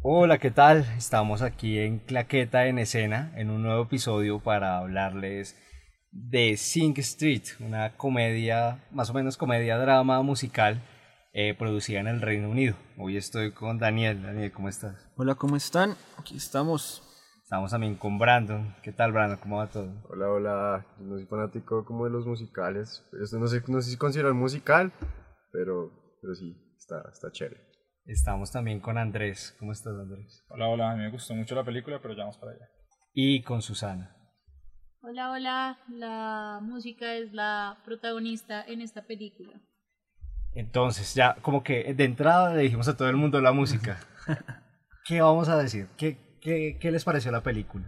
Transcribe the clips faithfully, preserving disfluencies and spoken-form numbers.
Hola, ¿qué tal? Estamos aquí en Claqueta en Escena, en un nuevo episodio para hablarles de Sing Street, una comedia, más o menos comedia drama musical eh, producida en el Reino Unido. Hoy estoy con Daniel. Daniel, ¿cómo estás? Hola, ¿cómo están? Aquí estamos. Estamos también con Brandon. ¿Qué tal, Brandon? ¿Cómo va todo? Hola, hola, yo no soy fanático como de los musicales. Esto no sé, no sé si considera musical, pero, pero sí, está, está chévere. Estamos también con Andrés. ¿Cómo estás, Andrés? Hola, hola, a mí me gustó mucho la película, pero ya vamos para allá. Y con Susana. Hola, hola, la música es la protagonista en esta película. Entonces, ya como que de entrada le dijimos a todo el mundo la música. ¿Qué vamos a decir? ¿Qué, qué, qué les pareció la película?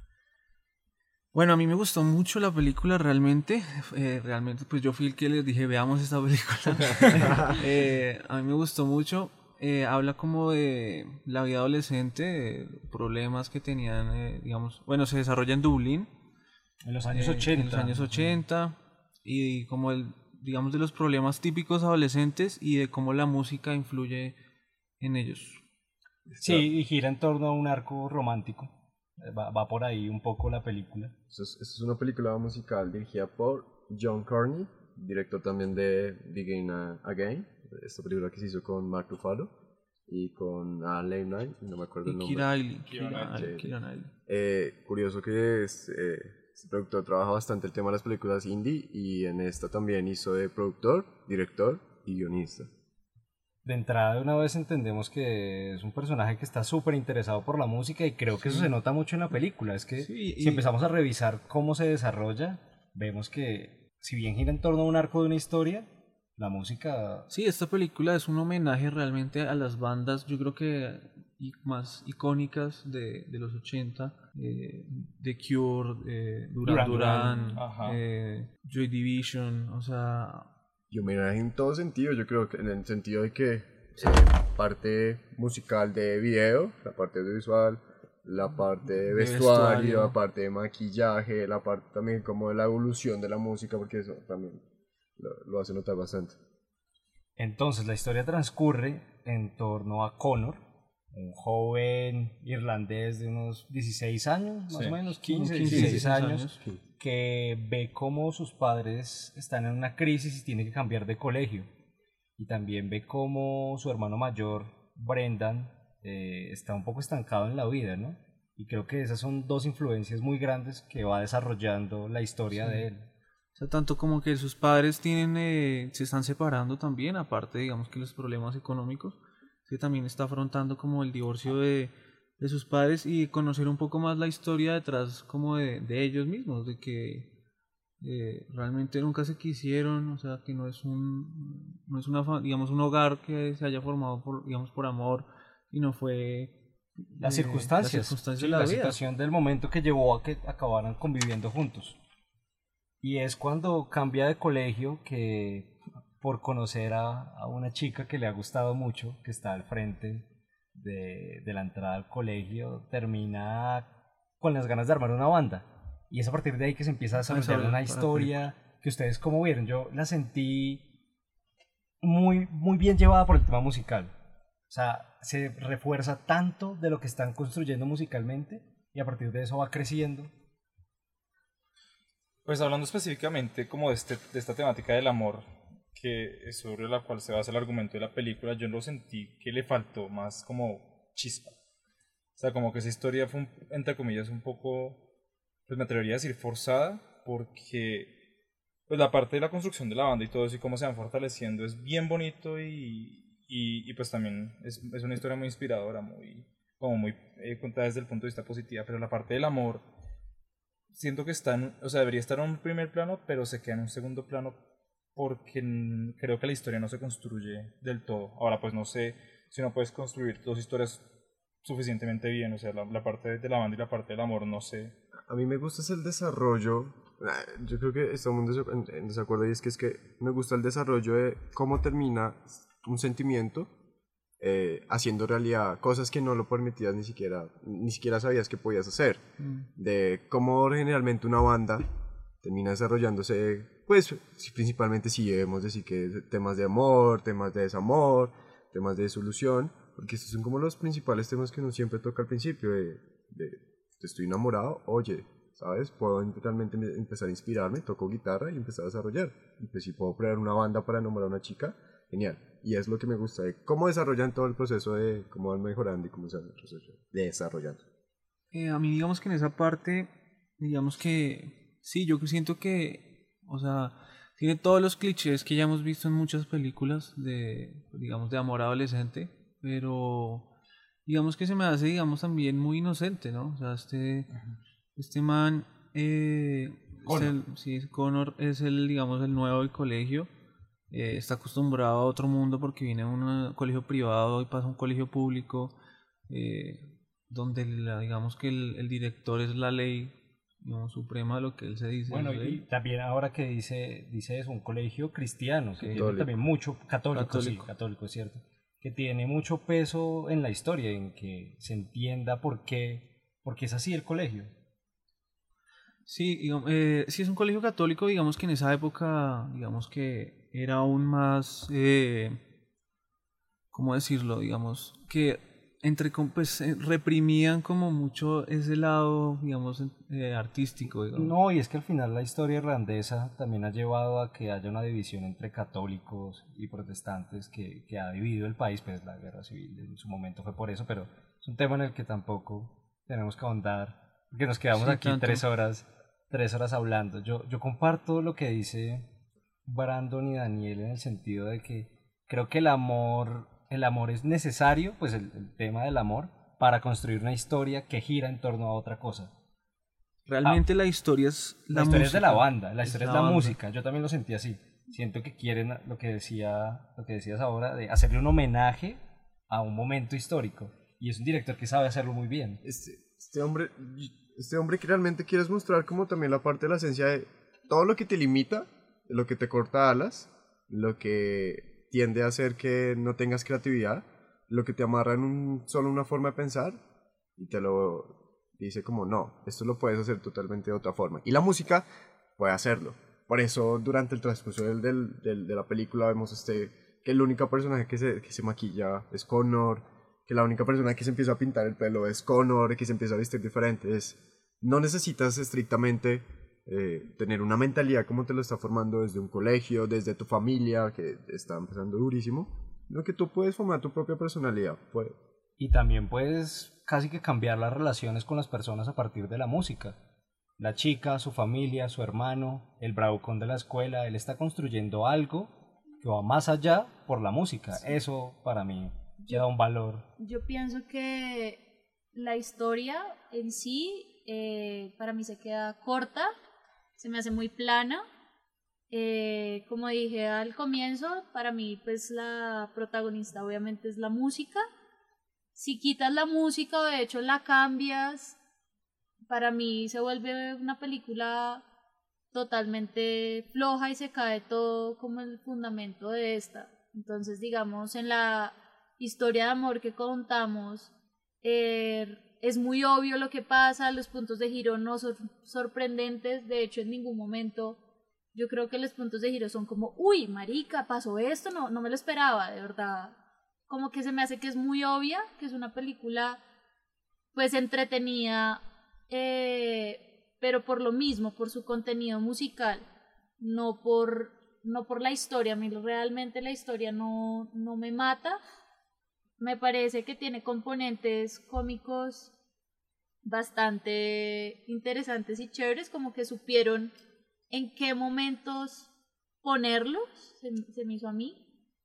Bueno, a mí me gustó mucho la película realmente. Eh, realmente, pues yo fui el que les dije, veamos esta película. eh, a mí me gustó mucho. Eh, habla como de la vida adolescente, de problemas que tenían, eh, digamos, bueno, se desarrolla en Dublín. En los años eh, ochenta. En los años ochenta. Y como el, digamos, de los problemas típicos adolescentes y de cómo la música influye en ellos. Sí, y gira en torno a un arco romántico. Va, va por ahí un poco la película. Esto es, esto es una película musical dirigida por John Carney, director también de Begin Again, esta película que se hizo con Mark Ruffalo y con Alan Lane, no me acuerdo Y el nombre. Keira Knightley. Keira Keira- Keira Knightley. Eh, curioso que es, eh, este productor trabaja bastante el tema de las películas indie y en esta también hizo de productor, director y guionista. De entrada, de una vez entendemos que es un personaje que está súper interesado por la música y creo que eso se nota mucho en la película. Es que Sí, y- si empezamos a revisar cómo se desarrolla, vemos que si bien gira en torno a un arco de una historia, la música... Sí, esta película es un homenaje realmente a las bandas, yo creo que i- más icónicas de, de los ochenta, eh, The Cure, eh, Duran Duran Duran, Duran, ajá. eh, Joy Division, o sea, Y homenaje en todo sentido, yo creo que en el sentido de que eh, parte musical de video, la parte audiovisual, la parte de De vestuario, vestuario. la parte de maquillaje, la parte también como de la evolución de la música, porque eso también lo, lo hace notar bastante. Entonces, la historia transcurre en torno a Connor, un joven irlandés de unos dieciséis años, más Sí. o menos, quince, quince, dieciséis dieciséis años, años. que ve cómo sus padres están en una crisis y tiene que cambiar de colegio. Y también ve cómo su hermano mayor, Brendan, eh, está un poco estancado en la vida, ¿no? Y creo que esas son dos influencias muy grandes que va desarrollando la historia de él. o sea, tanto como que sus padres tienen, eh, se están separando también, aparte digamos que los problemas económicos, que también está afrontando como el divorcio de, de sus padres y conocer un poco más la historia detrás como de, de ellos mismos, de que eh, realmente nunca se quisieron, o sea, que no es un, no es una, fa- digamos, un hogar que se haya formado por, digamos, por amor, y no fue Las eh, circunstancias, las circunstancias sí, de la, la vida. situación del momento que llevó a que acabaran conviviendo juntos. Y es cuando cambia de colegio que por conocer a, a una chica que le ha gustado mucho, que está al frente de, de la entrada al colegio, termina con las ganas de armar una banda. Y es a partir de ahí que se empieza a desarrollar desarrollar una para la historia que ustedes como vieron. Yo la sentí muy, muy bien llevada por el tema musical. O sea, se refuerza tanto de lo que están construyendo musicalmente y a partir de eso va creciendo. Pues hablando específicamente como de, este, de esta temática del amor, que es sobre la cual se basa el argumento de la película, yo lo sentí que le faltó más como chispa. O sea, como que esa historia fue, un- entre comillas, un poco, pues me atrevería a decir forzada, porque pues la parte de la construcción de la banda y todo eso y cómo se van fortaleciendo es bien bonito y, y, y pues también es, es una historia muy inspiradora, muy, como muy eh, contada desde el punto de vista positivo, pero la parte del amor siento que está en, o sea, debería estar en un primer plano, pero se queda en un segundo plano porque n- creo que la historia no se construye del todo. Ahora, pues no sé si no puedes construir dos historias suficientemente bien, o sea, la, la parte de la banda y la parte del amor, no sé. A mí me gusta es el desarrollo, ah, yo creo que estamos en desa- en en desacuerdo y es que es que me gusta el desarrollo de cómo termina un sentimiento eh, haciendo realidad cosas que no lo permitías ni siquiera, ni siquiera sabías que podías hacer. De cómo generalmente una banda termina desarrollándose, pues sí, principalmente si debemos decir que temas de amor, temas de desamor, temas de solución, porque estos son como los principales temas que uno siempre toca al principio, de, de estoy enamorado, oye, ¿sabes? Puedo realmente empezar a inspirarme, toco guitarra y empezar a desarrollar. Y pues si puedo crear una banda para enamorar a una chica, genial. Y es lo que me gusta de cómo desarrollan todo el proceso de cómo van mejorando y cómo se van desarrollando. Eh, a mí digamos que en esa parte, digamos que sí, yo siento que, o sea, tiene todos los clichés que ya hemos visto en muchas películas de, digamos, de amor adolescente, pero digamos que se me hace, digamos, también muy inocente, ¿no? O sea, este, este man, eh, es el, sí, Connor es el, digamos, el nuevo del colegio, eh, está acostumbrado a otro mundo porque viene a un colegio privado y pasa a un colegio público, eh, donde la, digamos que el, el director es la ley, no suprema, lo que él se dice. Bueno, y también ahora que dice, dice es un colegio cristiano, que Católico. tiene también mucho, católico, Católico. sí, católico, es cierto, que tiene mucho peso en la historia, en que se entienda por qué, por qué es así el colegio. Sí, digamos, eh, sí es un colegio católico, digamos que en esa época, digamos que era aún más, eh, ¿cómo decirlo? Digamos que entre com- pues eh, reprimían como mucho ese lado, digamos, eh, artístico, digamos. No, y es que al final la historia irlandesa también ha llevado a que haya una división entre católicos y protestantes que, que ha dividido el país, pues la guerra civil en su momento fue por eso, pero es un tema en el que tampoco tenemos que ahondar, porque nos quedamos Sí, aquí tanto. tres horas, tres horas hablando. Yo, yo comparto lo que dice Brandon y Daniel en el sentido de que creo que el amor, el amor es necesario, pues el, el tema del amor, para construir una historia que gira en torno a otra cosa. Realmente la historia es La, la, historia es de la música. banda, la historia es la, banda. música. Yo también lo sentí así. Siento que quieren lo que decía, lo que decías ahora, de hacerle un homenaje a un momento histórico. Y es un director que sabe hacerlo muy bien. Este, este hombre, este hombre que realmente quieres mostrar como también la parte de la esencia de todo lo que te limita, lo que te corta alas, lo que tiende a hacer que no tengas creatividad, lo que te amarra en un, solo una forma de pensar y te lo dice como no, esto lo puedes hacer totalmente de otra forma. Y la música puede hacerlo. Por eso durante el transcurso del, del, del, de la película vemos este, que el único personaje que se, que se maquilla es Connor, que la única persona que se empieza a pintar el pelo es Connor, que se empieza a vestir diferente. Es, no necesitas estrictamente eh, tener una mentalidad como te lo está formando desde un colegio, desde tu familia, que está empezando durísimo, sino que tú puedes formar tu propia personalidad. Puede. Y también puedes casi que cambiar las relaciones con las personas a partir de la música. La chica, su familia, su hermano, el bravucón de la escuela, él está construyendo algo que va más allá por la música. Sí. Eso para mí le da un valor. Yo pienso que la historia en sí eh, para mí se queda corta, se me hace muy plana. Eh, como dije al comienzo, para mí pues la protagonista obviamente es la música. Si quitas la música o de hecho la cambias, para mí se vuelve una película totalmente floja y se cae todo como el fundamento de esta. Entonces, digamos, en la historia de amor que contamos, eh, es muy obvio lo que pasa, los puntos de giro no son sorprendentes, de hecho en ningún momento yo creo que los puntos de giro son como, uy, marica, pasó esto, no, no me lo esperaba, de verdad. Como que se me hace que es muy obvia, que es una película pues entretenida, eh, pero por lo mismo, por su contenido musical, no por, no por la historia. A mí realmente la historia no, no me mata. Me parece que tiene componentes cómicos bastante interesantes y chéveres, como que supieron en qué momentos ponerlos, se, se me hizo a mí.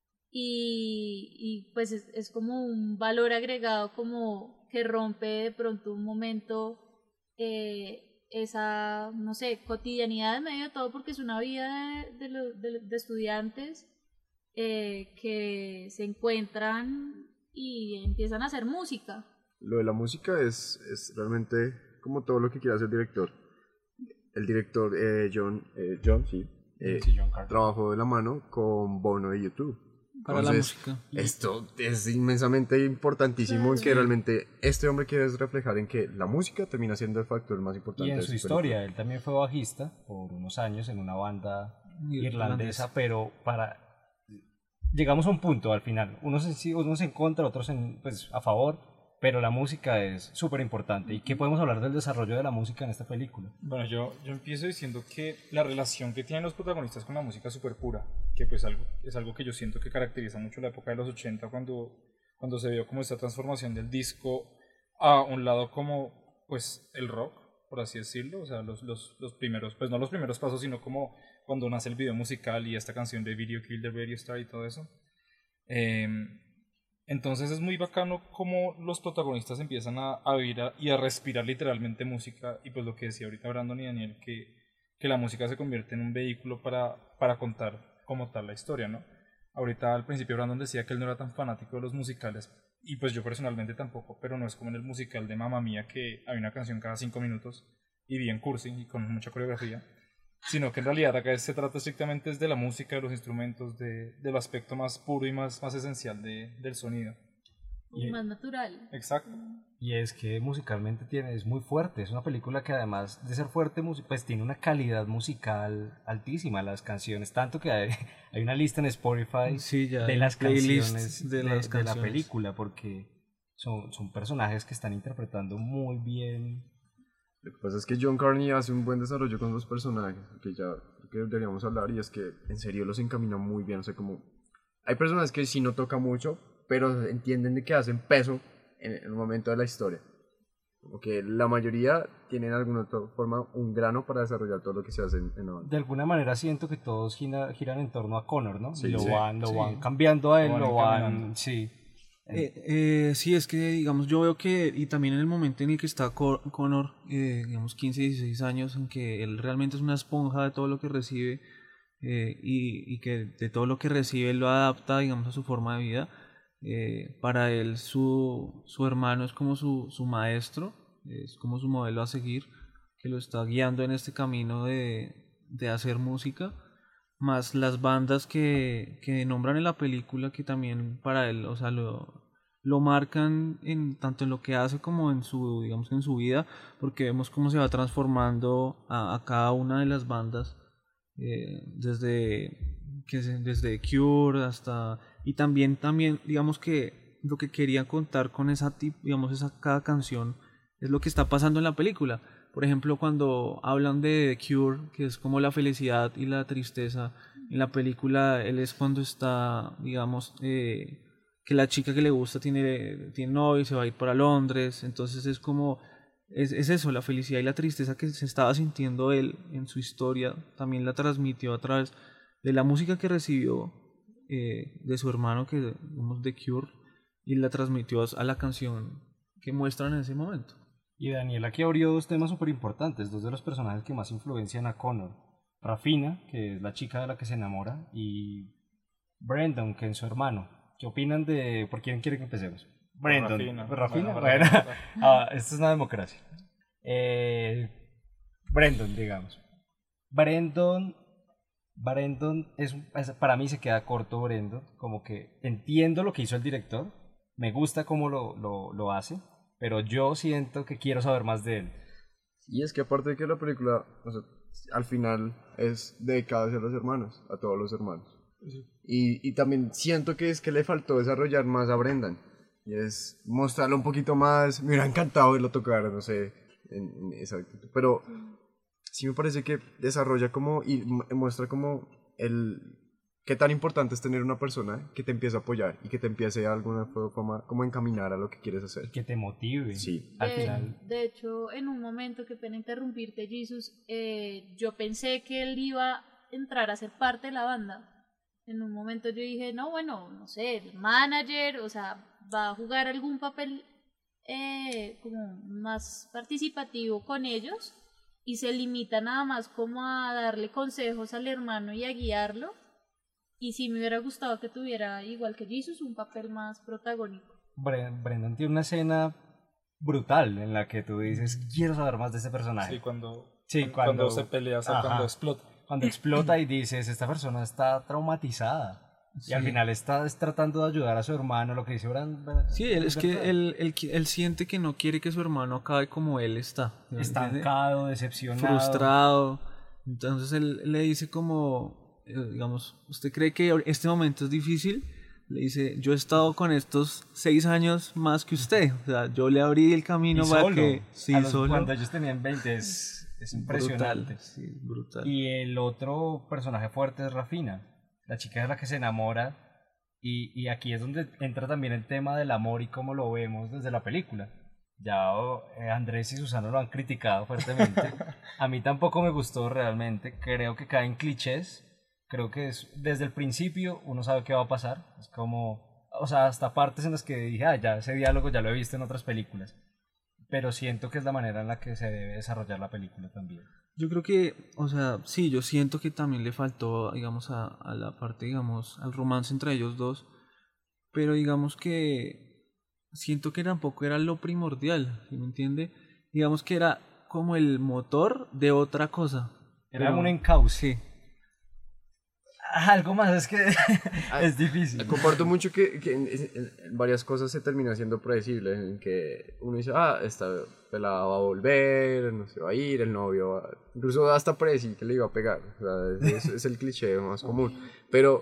Y, y pues es, es como un valor agregado como que rompe de pronto un momento eh, esa, no sé, cotidianidad en medio de todo, porque es una vida de, de, lo, de, de estudiantes eh, que se encuentran y empiezan a hacer música. Lo de la música es, es realmente como todo lo que quiere hacer el director. El director eh, John, eh, John, sí, eh, sí, John Carter, trabajó de la mano con Bono de YouTube. Para Entonces, la música. Esto es inmensamente importantísimo, en que Sí. realmente este hombre quiere reflejar en que la música termina siendo el factor más importante y en de su su historia, película. él también fue bajista por unos años en una banda Irlandesa. irlandesa, pero para llegamos a un punto al final, unos en, sí, unos en contra, otros en, pues, a favor, pero la música es súper importante. ¿Y qué podemos hablar del desarrollo de la música en esta película? Bueno, yo, yo empiezo diciendo que la relación que tienen los protagonistas con la música es súper pura, que pues algo, es algo que yo siento que caracteriza mucho la época de los ochenta, cuando, cuando se vio como esta transformación del disco a un lado como pues el rock, por así decirlo, o sea, los, los, los primeros, pues no los primeros pasos, sino como cuando nace el video musical y esta canción de Video Kill the Radio Star y todo eso. Eh, entonces es muy bacano como los protagonistas empiezan a, a vivir a, y a respirar literalmente música, y pues lo que decía ahorita Brandon y Daniel, que, que la música se convierte en un vehículo para, para contar como tal la historia, ¿no? Ahorita al principio Brandon decía que él no era tan fanático de los musicales, y pues yo personalmente tampoco, pero no es como en el musical de Mamma Mía, que hay una canción cada cinco minutos y bien cursi y con mucha coreografía, sino que en realidad acá se trata estrictamente de la música, de los instrumentos, de, del aspecto más puro y más, más esencial de, del sonido. Y más natural. Exacto. Y es que musicalmente tiene, es muy fuerte, es una película que además de ser fuerte, pues tiene una calidad musical altísima, las canciones, tanto que hay, hay una lista en Spotify Sí, ya de hay las playlists canciones de de, las de la canciones. película, porque son, son personajes que están interpretando muy bien. Lo que pasa es que John Carney hace un buen desarrollo con los personajes, que ya creo que deberíamos hablar, y es que en serio los encamina muy bien. O sea, como hay personas que sí no toca mucho, pero entienden de que hacen peso en el momento de la historia. Como que la mayoría tienen de alguna otra forma un grano para desarrollar todo lo que se hace en, en la banda. De alguna manera siento que todos gira, giran en torno a Connor, ¿no? Sí, y lo, sí, van, lo sí. van cambiando a él, Lo van lo van... encaminando. Sí. Eh, eh, sí, es que digamos yo veo que, y también en el momento en el que está Cor- Connor, eh, digamos quince, dieciséis años, en que él realmente es una esponja de todo lo que recibe, eh, y, y que de todo lo que recibe él lo adapta, digamos, a su forma de vida. Eh, para él su, su hermano es como su, su maestro, es como su modelo a seguir, que lo está guiando en este camino de, de hacer música, más las bandas que, que nombran en la película, que también para él, o sea, lo, lo marcan en, tanto en lo que hace como en su, digamos, en su vida, porque vemos cómo se va transformando a, a cada una de las bandas, eh, desde, que se- desde Cure hasta... Y también, también, digamos que lo que quería contar con esa, tip- digamos, esa cada canción es lo que está pasando en la película. Por ejemplo, cuando hablan de The Cure, que es como la felicidad y la tristeza, en la película él es cuando está, digamos, eh, que la chica que le gusta tiene, tiene novio y se va a ir para Londres, entonces es como, es, es eso, la felicidad y la tristeza que se estaba sintiendo él en su historia, también la transmitió a través de la música que recibió, eh, de su hermano, que digamos The Cure, y la transmitió a la canción que muestran en ese momento. Y Daniel aquí abrió dos temas súper importantes, dos de los personajes que más influencian a Connor. Rafina, que es la chica de la que se enamora, y Brandon, que es su hermano. ¿Qué opinan de... ¿Por quién quieren que empecemos? Brandon. Rafina. Rafina, Bueno, bueno. Rafina. Ah, esto es una democracia. Eh, Brandon, digamos. Brandon... Brandon es, es- para mí se queda corto Brandon, como que entiendo lo que hizo el director, me gusta cómo lo, lo, lo hace, pero yo siento que quiero saber más de él. Y es que aparte de que la película, o sea, al final es dedicada hacia los hermanos, a todos los hermanos. Y, y también siento que es que le faltó desarrollar más a Brendan. Y es mostrarlo un poquito más. Me hubiera encantado verlo tocar, no sé, en, en esa actitud. Pero sí me parece que desarrolla como y mu- muestra como el qué tan importante es tener una persona que te empiece a apoyar y que te empiece de alguna forma como a encaminar a lo que quieres hacer. Que te motive. Sí. Al De, final. de hecho, en un momento, que pena interrumpirte, Jesus, eh, yo pensé que él iba a entrar a ser parte de la banda. En un momento yo dije, no, bueno, no sé, el manager, o sea, va a jugar algún papel eh, como más participativo con ellos, y se limita nada más como a darle consejos al hermano y a guiarlo. Y sí me hubiera gustado que tuviera, igual que Jesus, un papel más protagónico. Bre- Brendan tiene una escena brutal en la que tú dices, quiero saber más de este personaje. Sí, cuando, Sí, cuando, cuando- cuando se pelea, o sea, Ajá. cuando explota. Cuando explota y dices, esta persona está traumatizada. Y al Sí. final está es tratando de ayudar a su hermano, lo que dice Brandon. Sí, él, es que él, él, qui- él siente que no quiere que su hermano acabe como él está. ¿me entiende? Estancado, decepcionado. Frustrado. Entonces él le dice como, eh, digamos, ¿usted cree que este momento es difícil? Le dice, yo he estado con estos seis años más que usted. O sea, yo le abrí el camino Y para solo, que... Sí, a los- solo. cuando ellos tenían veinte, es, es impresionante. Brutal, sí, brutal. Y el otro personaje fuerte es Rafina, la chica de la que se enamora. Y, y aquí es donde entra también el tema del amor y cómo lo vemos desde la película. Ya oh, eh, Andrés y Susana lo han criticado fuertemente. A mí tampoco me gustó realmente. Creo que caen clichés. Creo que es, desde el principio uno sabe qué va a pasar. Es como, o sea, hasta partes en las que dije, ah, ya ese diálogo ya lo he visto en otras películas. Pero siento que es la manera en la que se debe desarrollar la película también. Yo creo que, o sea, sí, yo siento que también le faltó, digamos, a, a la parte, digamos, al romance entre ellos dos, pero digamos que siento que tampoco era lo primordial, ¿sí me entiende? Digamos que era como el motor de otra cosa. Era pero- un encauce. Sí, Algo más es que es difícil. Comparto mucho que, que en, en- en varias cosas se termina siendo predecible, en que uno dice, ah, esta pelada va a volver, no se va a ir, el novio va... Incluso hasta predecí que le iba a pegar, o sea, es, es el cliché más común. Pero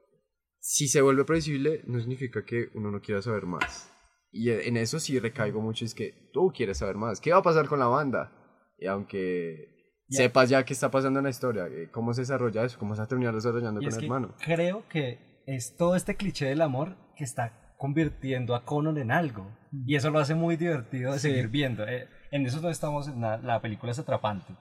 si se vuelve predecible, no significa que uno no quiera saber más. Y en eso sí recaigo mucho, es que tú quieres saber más. ¿Qué va a pasar con la banda? Y aunque... Ya. sepas ya qué está pasando en la historia, eh, cómo se desarrolla eso, cómo se va a terminar desarrollando Y con es el que hermano. creo que es todo este cliché del amor que está convirtiendo a Connor en algo. Y eso lo hace muy divertido de Sí. seguir viendo. Eh, en eso no estamos, en la, la película es atrapante.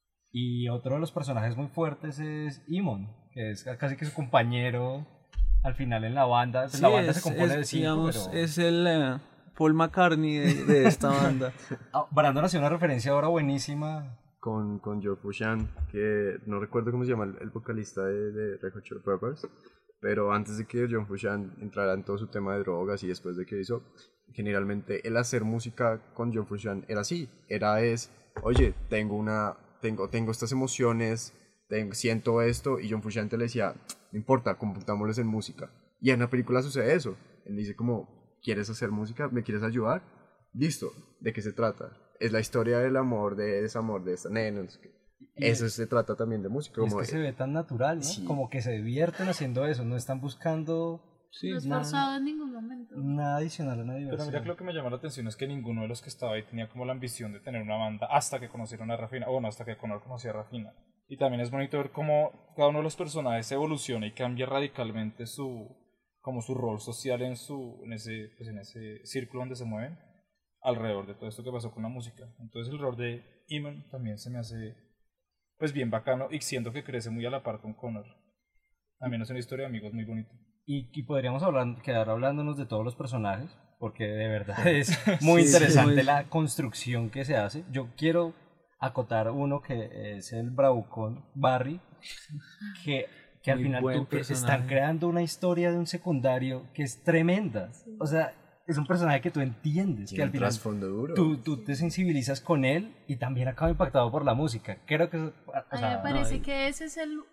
Y otro de los personajes muy fuertes es Eamon, que es casi que su compañero al final en la banda. Pues sí, la banda es, se compone es, de cinco, digamos, pero... es el eh, Paul McCartney de, de esta banda. Ah, Brandon hacía una referencia ahora buenísima. con, con Joe Fushan, que no recuerdo cómo se llama el, el vocalista de, de Red Hot Chili Peppers, pero antes de que John Fushan entrara en todo su tema de drogas y después de que hizo, generalmente el hacer música con John Fushan era así, era es, oye, tengo una, tengo, tengo estas emociones, tengo, siento esto, y John Fushan te le decía, no importa, computámosles en música, y en la película sucede eso, él dice como, ¿quieres hacer música? ¿Me quieres ayudar? Listo, ¿de qué se trata? Es la historia del amor, de desamor de esta nena. No sé qué. Eso se trata también de música. Y es Como, que se ve tan natural, ¿no? Sí. Como que se divierten haciendo eso, no están buscando Sí, No es nada. forzado en ningún momento. nada adicional a una Pero diversión. mira que lo que me llama la atención es que ninguno de los que estaba ahí tenía como la ambición de tener una banda hasta que conocieron a Rafina, o bueno, hasta que Connor conoció a Rafina. Y también es bonito ver cómo cada uno de los personajes evoluciona y cambia radicalmente su, como su rol social en, su, en, ese, pues en ese círculo donde se mueven alrededor de todo esto que pasó con la música. Entonces el rol de Eamon también se me hace pues bien bacano y siento que crece muy a la par con Connor. También es una historia de amigos muy bonita. Y, y podríamos hablar, quedar hablándonos de todos los personajes, porque de verdad es muy Sí, interesante sí, muy- la construcción que se hace. Yo quiero acotar uno que es el bravucón Barry, que, que al Muy final buen tú- que están personaje. creando una historia de un secundario que es tremenda. O sea, es un personaje que tú entiendes, que tiene al un final trasfondo duro. tú, tú te sensibilizas con él y también acaba impactado por la música. Creo que... o A mí sea, me parece no, que ese es el,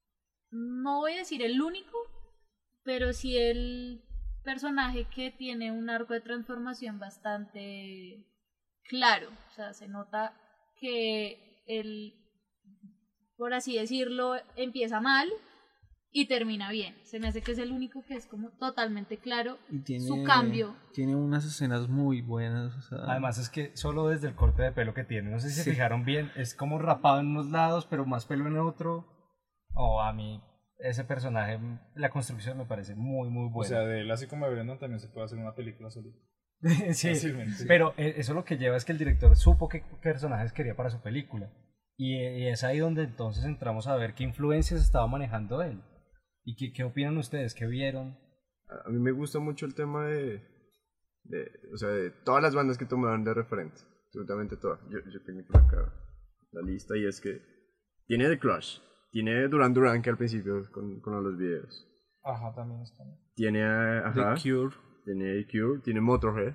no voy a decir el único, pero sí el personaje que tiene un arco de transformación bastante claro. O sea, se nota que él, por así decirlo, empieza mal y termina bien. Se me hace que es el único que es como totalmente claro y tiene, su cambio. Tiene unas escenas muy buenas. O sea, Además es que solo desde el corte de pelo que tiene, no sé si se Sí. fijaron bien, es como rapado en unos lados, pero más pelo en otro. O a mí ese personaje, la construcción me parece muy, muy O buena. sea, de él así como de Brendan también se puede hacer una película solita. sí, fácilmente. pero e- eso lo que lleva es que el director supo qué personajes quería para su película. Y, y es ahí donde entonces entramos a ver qué influencias estaba manejando él. ¿Y qué, qué opinan ustedes? ¿Qué vieron? A mí me gusta mucho el tema de, de, o sea, de todas las bandas que tomaron de referente, absolutamente todas. Yo, yo tengo por acá la lista y es que tiene The Clash, tiene Duran Duran que al principio con, con los videos, Ajá, también está. tiene, ajá, The Cure. tiene The Cure, tiene Motorhead.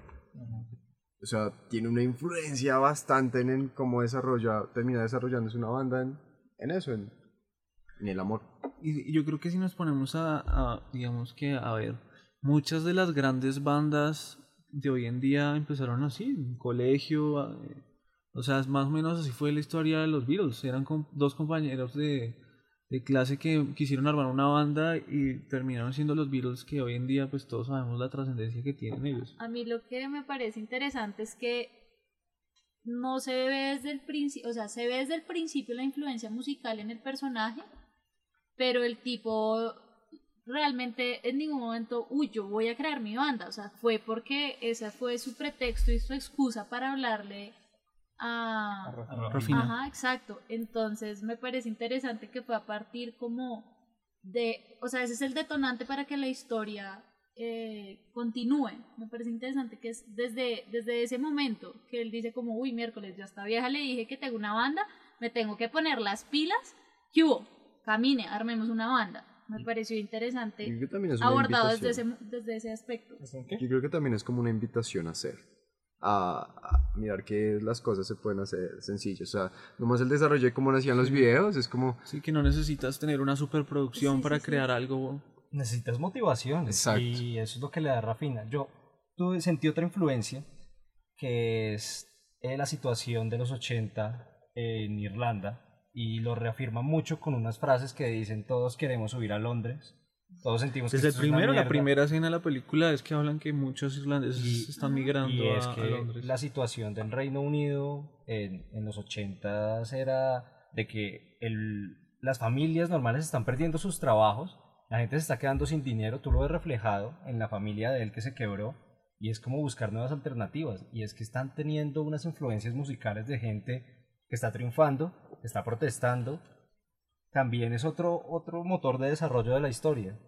O sea, tiene una influencia bastante en, en cómo desarrolla, termina desarrollándose una banda en, en eso, en, en el amor. Y y yo creo que si nos ponemos a, a, digamos que a ver, muchas de las grandes bandas de hoy en día empezaron así, en colegio, eh, o sea, más o menos así fue la historia de los Beatles, eran com- dos compañeros de, de clase que quisieron armar una banda y terminaron siendo los Beatles, que hoy en día pues todos sabemos la trascendencia que tienen ellos. A mí lo que me parece interesante es que no se ve desde el principio, o sea, se ve desde el principio la influencia musical en el personaje, pero el tipo realmente en ningún momento, uy, yo voy a crear mi banda, o sea, fue porque ese fue su pretexto y su excusa para hablarle a... A Rufina. Ajá, exacto. Entonces me parece interesante que fue a partir como de, o sea, ese es el detonante para que la historia eh, continúe. Me parece interesante que es desde, desde ese momento que él dice como, uy, miércoles, yo a esta vieja le dije que tengo una banda, me tengo que poner las pilas, ¿qué hubo? Camine, armemos una banda. Me pareció interesante Yo creo que también es una abordado desde ese, invitación. desde ese aspecto. ¿Qué? Yo creo que también es como una invitación a hacer, a, a mirar que las cosas se pueden hacer sencillas. O sea, nomás el desarrollo de cómo nacían los videos es como... Sí, que no necesitas tener una superproducción Sí, para sí, sí. crear algo. Necesitas motivación. Exacto. Y eso es lo que le da Rafina. Yo tuve, sentí otra influencia, que es eh, la situación de los ochenta en Irlanda, y lo reafirma mucho con unas frases que dicen: todos queremos subir a Londres, todos sentimos que Desde el esto es una primero, la mierda". primera escena de la película es que hablan que muchos irlandeses Y- están migrando Y es a, que a Londres. la situación del Reino Unido en, en los ochentas era de que el, las familias normales están perdiendo sus trabajos, la gente se está quedando sin dinero, tú lo ves reflejado en la familia de él que se quebró, y es como buscar nuevas alternativas, y es que están teniendo unas influencias musicales de gente que está triunfando, que está protestando, también es otro, otro motor de desarrollo de la historia.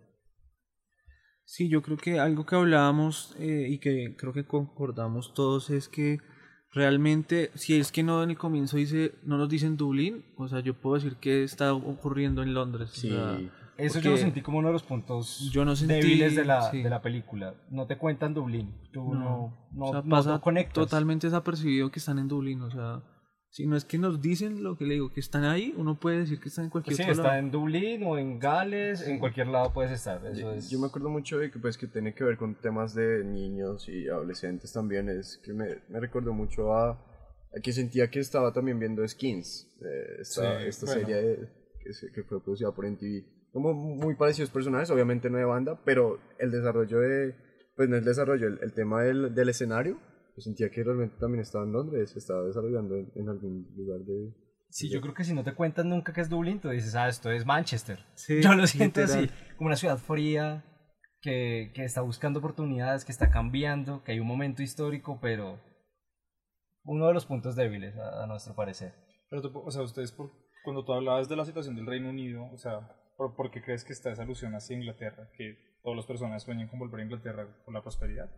Sí, yo creo que algo que hablábamos eh, y que creo que concordamos todos es que realmente, si es que no en el comienzo dice, no nos dicen Dublín, o sea, yo puedo decir que está ocurriendo en Londres. Sí. O sea, Eso yo lo porque sentí como uno de los puntos yo no sentí- débiles de la, sí. de la película. No te cuentan Dublín, tú no, no, o sea, no- pasa no conectas. totalmente desapercibido que están en Dublín, o sea, si no es que nos dicen lo que le digo, que están ahí, uno puede decir que están en cualquier Sí, otro está lado. en Dublín o en Gales, en cualquier lado puedes estar. Eso Yo, es... yo me acuerdo mucho de que, pues, que tiene que ver con temas de niños y adolescentes también. Es que me, me recordó mucho a, a que sentía que estaba también viendo Skins, eh, esta, Sí, esta bueno. serie de- que, se- que fue producida por M T V. Como muy parecidos personajes, obviamente no de banda, pero el desarrollo de, pues no el desarrollo, el, el tema del, del escenario, yo sentía que realmente también estaba en Londres, se estaba desarrollando en, en algún lugar de... Sí, yo creo que si no te cuentan nunca que es Dublín, tú dices, ah, esto es Manchester. Sí, Yo lo siento literal. así, como una ciudad fría, que, que está buscando oportunidades, que está cambiando, que hay un momento histórico, pero uno de los puntos débiles, a, a nuestro parecer. Pero, tú, o sea, ustedes, por, cuando tú hablabas de la situación del Reino Unido, o sea, ¿por, por qué crees que está esa alusión hacia Inglaterra? Que todas las personas sueñan con volver a Inglaterra por la prosperidad.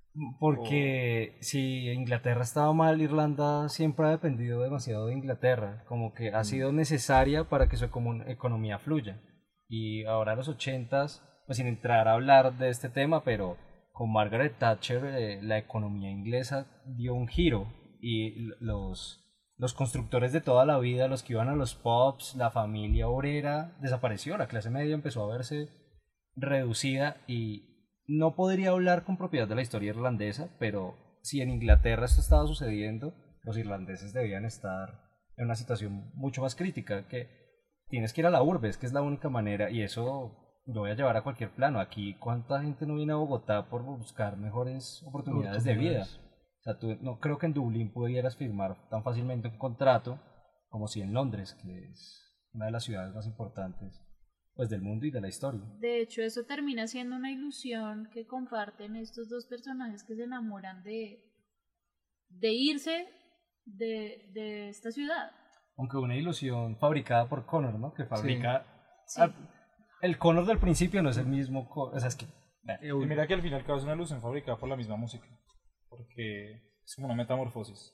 Porque si Inglaterra estaba mal, Irlanda siempre ha dependido demasiado de Inglaterra, como que ha sido necesaria para que su econom- economía fluya. Y ahora a los ochentas, pues sin entrar a hablar de este tema, pero con Margaret Thatcher eh, la economía inglesa dio un giro y l- los, los constructores de toda la vida, los que iban a los pubs, la familia obrera, desapareció, la clase media empezó a verse reducida y no podría hablar con propiedad de la historia irlandesa, pero si en Inglaterra esto estaba sucediendo, los irlandeses debían estar en una situación mucho más crítica, que tienes que ir a la urbe, es que es la única manera, y eso lo voy a llevar a cualquier plano. Aquí, ¿cuánta gente no viene a Bogotá por buscar mejores oportunidades de vida? O sea, tú, no creo que en Dublín pudieras firmar tan fácilmente un contrato como si en Londres, que es una de las ciudades más importantes pues del mundo y de la historia. De hecho, eso termina siendo una ilusión que comparten estos dos personajes que se enamoran de, de irse de, de esta ciudad. Aunque una ilusión fabricada por Connor, ¿no? Que fabrica... Sí. al- el Connor del principio no es el mismo... Co- o sea, es que... Eh, Y mira que al final cabo es una ilusión fabricada por la misma música, porque es como una metamorfosis.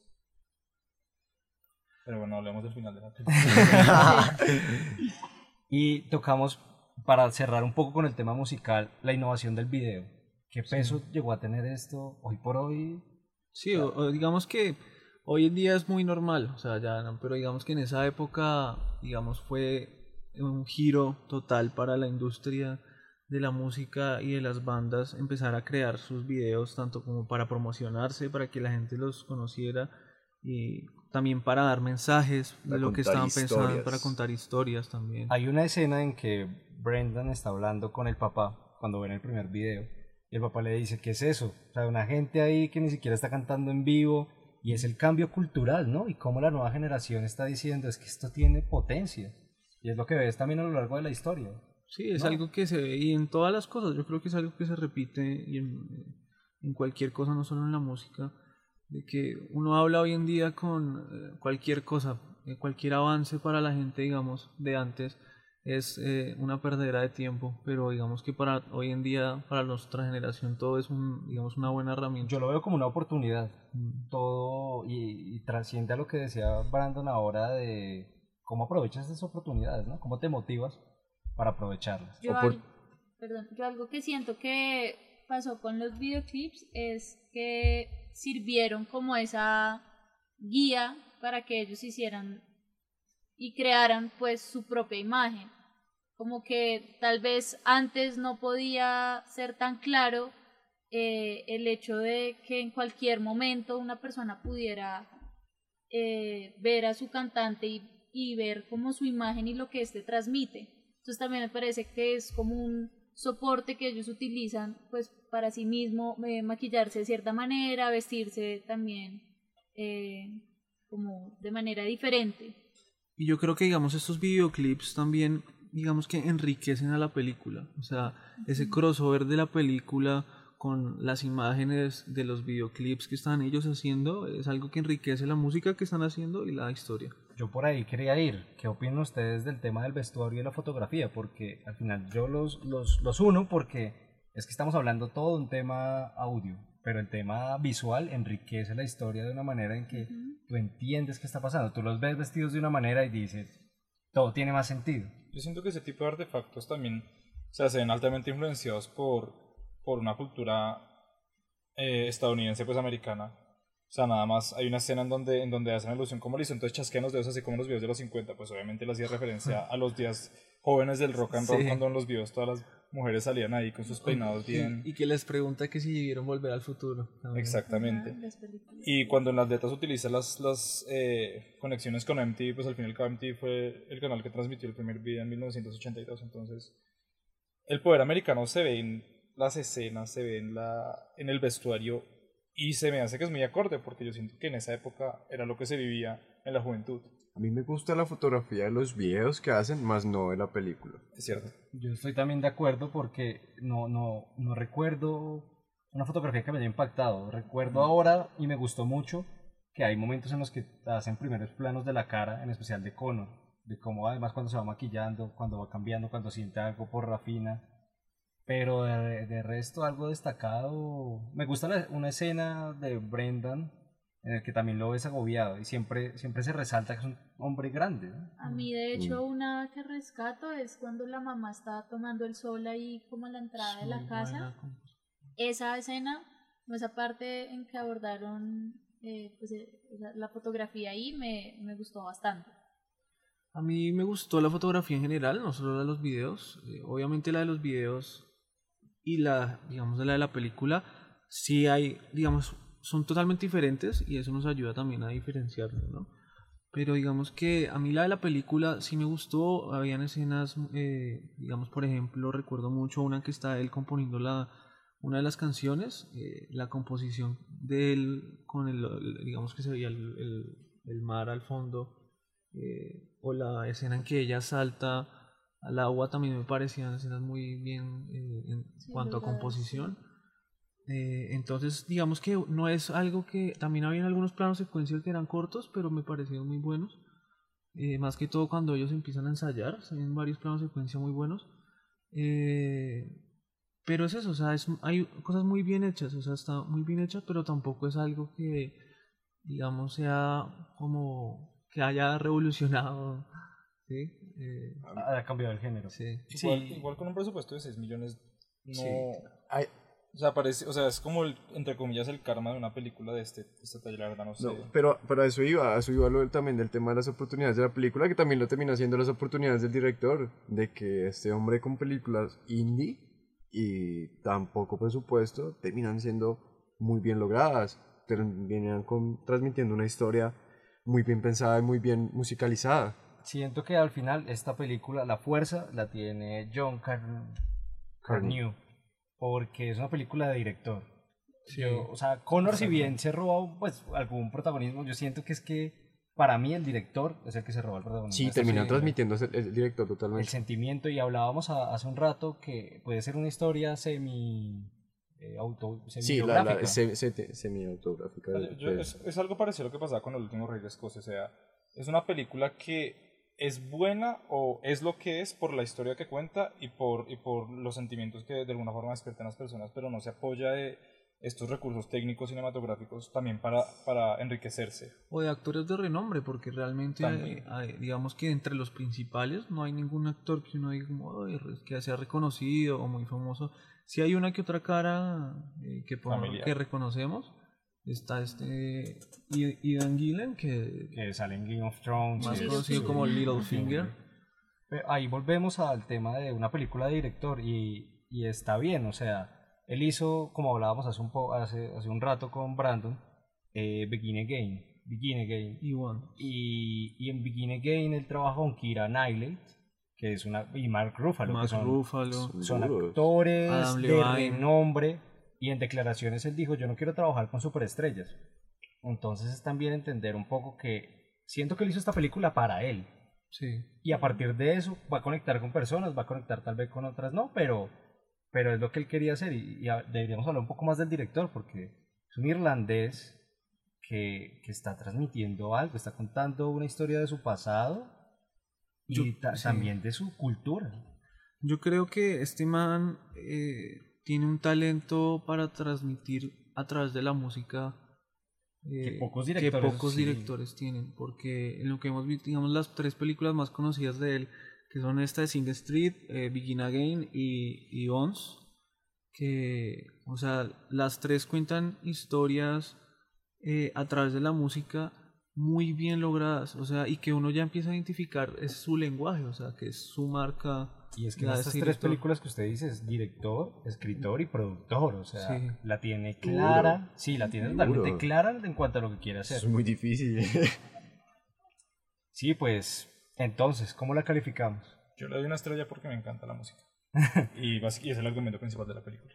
Pero bueno, hablemos del final de la película. Y tocamos, para cerrar un poco con el tema musical, la innovación del video. ¿Qué peso llegó a tener esto hoy por hoy? Sí, o, o digamos que hoy en día es muy normal, o sea, ya no, pero digamos que en esa época, digamos, fue un giro total para la industria de la música y de las bandas empezar a crear sus videos tanto como para promocionarse, para que la gente los conociera y también para dar mensajes de Para lo que contar estaban pensando, historias. para contar historias también. Hay una escena en que Brendan está hablando con el papá cuando ven el primer video y el papá le dice, ¿qué es eso? O sea, una gente ahí que ni siquiera está cantando en vivo y es el cambio cultural, ¿no? Y cómo la nueva generación está diciendo, es que esto tiene potencia. Y es lo que ves también a lo largo de la historia. Sí, es No. algo que se ve y en todas las cosas, yo creo que es algo que se repite y en, en cualquier cosa, no solo en la música, de que uno habla hoy en día con eh, cualquier cosa, eh, cualquier avance para la gente, digamos, de antes es eh, una perdera de tiempo, pero digamos que para hoy en día, para nuestra generación, todo es un, digamos, una buena herramienta. Yo lo veo como una oportunidad. Mm. Todo y, y trasciende a lo que decía Brandon ahora de cómo aprovechas esas oportunidades, ¿no? Cómo te motivas para aprovecharlas. Yo, O por- al- perdón, yo algo que siento que pasó con los videoclips es que sirvieron como esa guía para que ellos hicieran y crearan pues su propia imagen. Como que tal vez antes no podía ser tan claro eh, el hecho de que en cualquier momento una persona pudiera eh, ver a su cantante y, y ver como su imagen y lo que éste transmite. Entonces también me parece que es como un soporte que ellos utilizan pues para sí mismo, eh, maquillarse de cierta manera, vestirse también eh, como de manera diferente. Y yo creo que, digamos, estos videoclips también, digamos que enriquecen a la película. O sea, ese crossover de la película con las imágenes de los videoclips que están ellos haciendo es algo que enriquece la música que están haciendo y la historia. Yo por ahí quería ir. ¿Qué opinan ustedes del tema del vestuario y la fotografía? Porque al final yo los, los, los uno porque es que estamos hablando todo de un tema audio, pero el tema visual enriquece la historia de una manera en que tú entiendes qué está pasando. Tú los ves vestidos de una manera y dices, todo tiene más sentido. Yo siento que ese tipo de artefactos también, o sea, se ven altamente influenciados por, por una cultura eh, estadounidense, pues americana. O sea, nada más hay una escena en donde, en donde hacen alusión como listo, entonces chasquean los dedos así como en los videos de los cincuenta, pues obviamente le hacía referencia a los días jóvenes del rock and roll, Sí. cuando en los videos todas las mujeres salían ahí con sus peinados bien. Y, y que les pregunta que si vieron Volver al Futuro. también. Exactamente. Ah, las películas. Y cuando en las letras utiliza las, las eh, conexiones con M T V, pues al final M T V fue el canal que transmitió el primer video en mil novecientos ochenta y dos. Entonces, el poder americano se ve en las escenas, se ve en, la, en el vestuario y se me hace que es muy acorde porque yo siento que en esa época era lo que se vivía en la juventud. A mí me gusta la fotografía de los videos que hacen, más no de la película. Es cierto. Yo estoy también de acuerdo porque no, no, no recuerdo una fotografía que me haya impactado. Recuerdo ahora, y me gustó mucho, que hay momentos en los que hacen primeros planos de la cara, en especial de Connor, de cómo además cuando se va maquillando, cuando va cambiando, cuando siente algo por Rafina. Pero de, de resto algo destacado, me gusta la- una escena de Brendan en el que también lo ves agobiado y siempre, siempre se resalta que es un hombre grande, ¿no? A mí de hecho una que rescato es cuando la mamá está tomando el sol ahí como a la entrada de la Muy casa. buena composición. Esa escena, o esa parte en que abordaron eh, pues, eh, esa- la fotografía ahí me, me gustó bastante. A mí me gustó la fotografía en general, no solo la de los videos. Eh, obviamente la de los videos y la, digamos, de la de la película, sí hay, digamos, son totalmente diferentes y eso nos ayuda también a diferenciarlos, ¿no? Pero digamos que a mí la de la película sí me gustó, habían escenas, eh, digamos, por ejemplo, recuerdo mucho una que está él componiendo la, una de las canciones, eh, la composición de él con el, el- digamos que se veía el, el- el mar al fondo, eh, o la escena en que ella salta al agua también me parecían escenas muy bien eh, en Sí, cuanto a logradas, composición. Eh, entonces, digamos que no es algo que también había algunos planos secuencias que eran cortos, pero me parecieron muy buenos. Eh, más que todo cuando ellos empiezan a ensayar, se ven varios planos secuencia muy buenos. Eh, pero es eso, o sea, es, hay cosas muy bien hechas, o sea, está muy bien hecha, pero tampoco es algo que, digamos, sea como que haya revolucionado, ¿sí? Eh, Ha cambiado el género. sí. Igual, igual con un presupuesto de seis millones, no... Sí. Ay, O sea, parece, o sea, es como, el, entre comillas, el karma de una película de este, de esta talla, la verdad, no sé. no, pero, pero a eso iba, a eso iba lo del- también del tema de las oportunidades de la película, que también lo termina siendo las oportunidades del director, de que este hombre con películas indie y tan poco presupuesto terminan siendo muy bien logradas, terminan con, transmitiendo una historia muy bien pensada y muy bien musicalizada. Siento que al final esta película, la fuerza la tiene John Car- Carnew, porque es una película de director. Yo, o sea, Connor, si bien se roba pues algún protagonismo, yo siento que es que para mí el director es el que se roba el protagonismo. Sí, de esta terminó película. transmitiendo el, el director El totalmente. sentimiento, y hablábamos a- hace un rato que puede ser una historia semi eh, auto Sí, la, la semi-biográfica. se- se- semi-autográfica. O sea, yo- yo- es, es algo parecido a lo que pasaba con El último rey de Escocia. O sea, es una película que es buena o es lo que es por la historia que cuenta y por, y por los sentimientos que de alguna forma despiertan las personas, pero no se apoya de estos recursos técnicos cinematográficos también para, para enriquecerse. O de actores de renombre, porque realmente, También. eh, hay- digamos que entre los principales no hay ningún actor que uno diga como, "Ay, re- que sea reconocido o muy famoso". Si hay una que otra cara eh, que, por- Familiar. que reconocemos. Está este I- Ian Gillan, que Que sale en Game of Thrones. más y es- conocido sí. como Littlefinger. Pero ahí volvemos al tema de una película de director, y, y está bien, o sea, él hizo, como hablábamos hace un, po- hace, hace un rato con Brandon, eh, Begin Again, Begin Again. Y bueno, Y, y en Begin Again él trabajó con Keira Knightley, que es una, y Mark Ruffalo, Mark que son, Ruffalo. son duros. actores Adam de Levine. renombre, y en declaraciones él dijo, yo no quiero trabajar con superestrellas. Entonces es también entender un poco que siento que él hizo esta película para él, Sí. y a partir de eso va a conectar con personas, va a conectar tal vez con otras no, pero, pero es lo que él quería hacer, y, y a- deberíamos hablar un poco más del director, porque es un irlandés que, que está transmitiendo algo, está contando una historia de su pasado y Yo- ta- sí. también de su cultura. Yo creo que este man eh, tiene un talento para transmitir a través de la música eh, Que pocos que directores, pocos sí. directores tienen, porque en lo que hemos visto, digamos, las tres películas más conocidas de él, que son esta de Sing Street, eh, Begin Again y, y Once, que, o sea, las tres cuentan historias eh, a través de la música muy bien logradas, o sea, y que uno ya empieza a identificar es su lenguaje, o sea, que es su marca. Y es que la en de estas este tres director. películas que usted dice es director, escritor y productor, o sea, Sí. la tiene clara, sí, la tiene totalmente Duro. clara en cuanto a lo que quiere Eso hacer. es muy difícil. Sí, pues, entonces, ¿cómo la calificamos? Yo le doy una estrella porque me encanta la música. y, bas- y es el argumento principal de la película.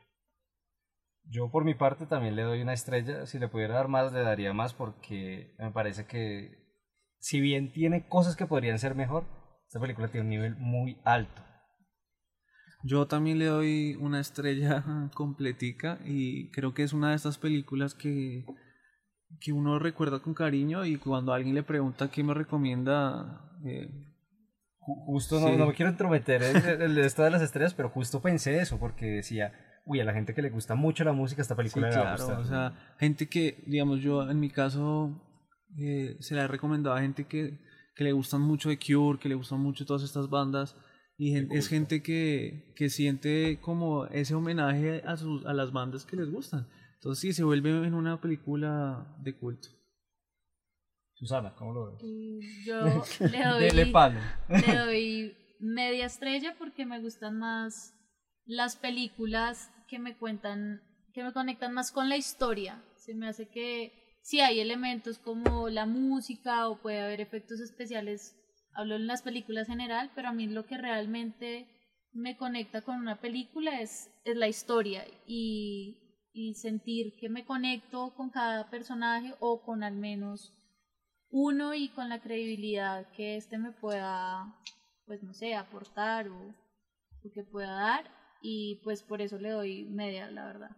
Yo por mi parte también le doy una estrella, si le pudiera dar más le daría más, porque me parece que si bien tiene cosas que podrían ser mejor, esta película tiene un nivel muy alto. Yo también le doy una estrella completica y creo que es una de estas películas que, que uno recuerda con cariño y cuando alguien le pregunta qué me recomienda, eh, Ju- Justo no, Sí. no me quiero entrometer en el de esto de las estrellas, pero justo pensé eso, porque decía, uy, a la gente que le gusta mucho la música, esta sí, película le va a claro, gustar. o sea, gente que, digamos, yo en mi caso eh, se la he recomendado a gente que, que le gustan mucho The Cure, que le gustan mucho todas estas bandas y gen- es gente que, que siente como ese homenaje a, sus, a las bandas que les gustan. Entonces sí, se vuelve en una película de culto. Susana, ¿cómo lo ves? Y yo le doy, Dele palo. le doy media estrella porque me gustan más las películas que me cuentan, que me conectan más con la historia. Se me hace que sí hay elementos como la música o puede haber efectos especiales, hablo en las películas en general, pero a mí lo que realmente me conecta con una película es, es la historia y, y sentir que me conecto con cada personaje o con al menos uno y con la credibilidad que este me pueda, pues no sé, aportar o, o que pueda dar, y pues por eso le doy media, la verdad.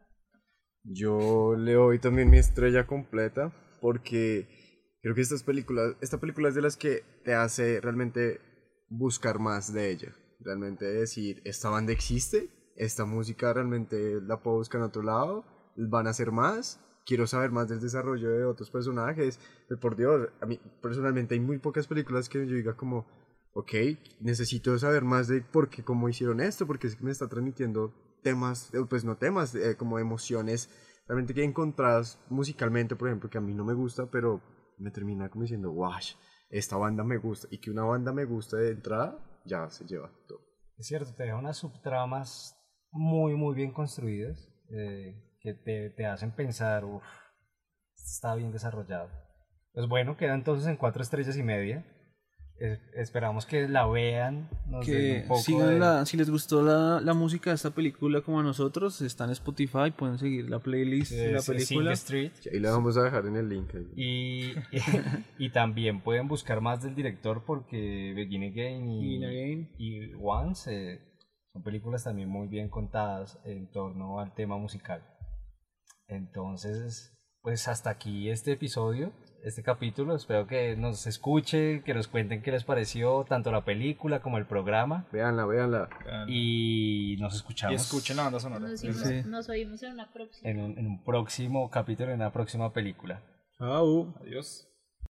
Yo le doy también mi estrella completa porque creo que estas películas, esta película es de las que te hace realmente buscar más de ella. Realmente decir, esta banda existe, esta música realmente la puedo buscar en otro lado, van a hacer más, quiero saber más del desarrollo de otros personajes. Pero por Dios, a mí personalmente hay muy pocas películas que yo diga como, ok, necesito saber más de por qué, cómo hicieron esto, porque es que me está transmitiendo temas, eh, pues no temas, eh, como emociones realmente que encontradas musicalmente, por ejemplo, que a mí no me gusta, pero me termina como diciendo, wow, esta banda me gusta, y que una banda me gusta de entrada, ya se lleva todo. Es cierto, te deja unas subtramas muy, muy bien construidas, eh, que te, te hacen pensar, uff, está bien desarrollado. Pues bueno, queda entonces en cuatro estrellas y media. Es- esperamos que la vean, nos den Que un poco sigan de- la, si les gustó la, la música de esta película como a nosotros, está en Spotify, pueden seguir la playlist de de la Sing película. Street. Ahí la vamos a dejar en el link. ahí. Y, y también pueden buscar más del director porque Begin Again y, Begin Again. y Once eh, son películas también muy bien contadas en torno al tema musical. Entonces, pues hasta aquí este episodio, este capítulo. Espero que nos escuchen, que nos cuenten qué les pareció tanto la película como el programa. Véanla, véanla. Y nos escuchamos Y escuchen la banda sonora. Nos, Sí. oímos- nos oímos en una próxima. en un, en un próximo capítulo, en una próxima película. Chao. Adiós.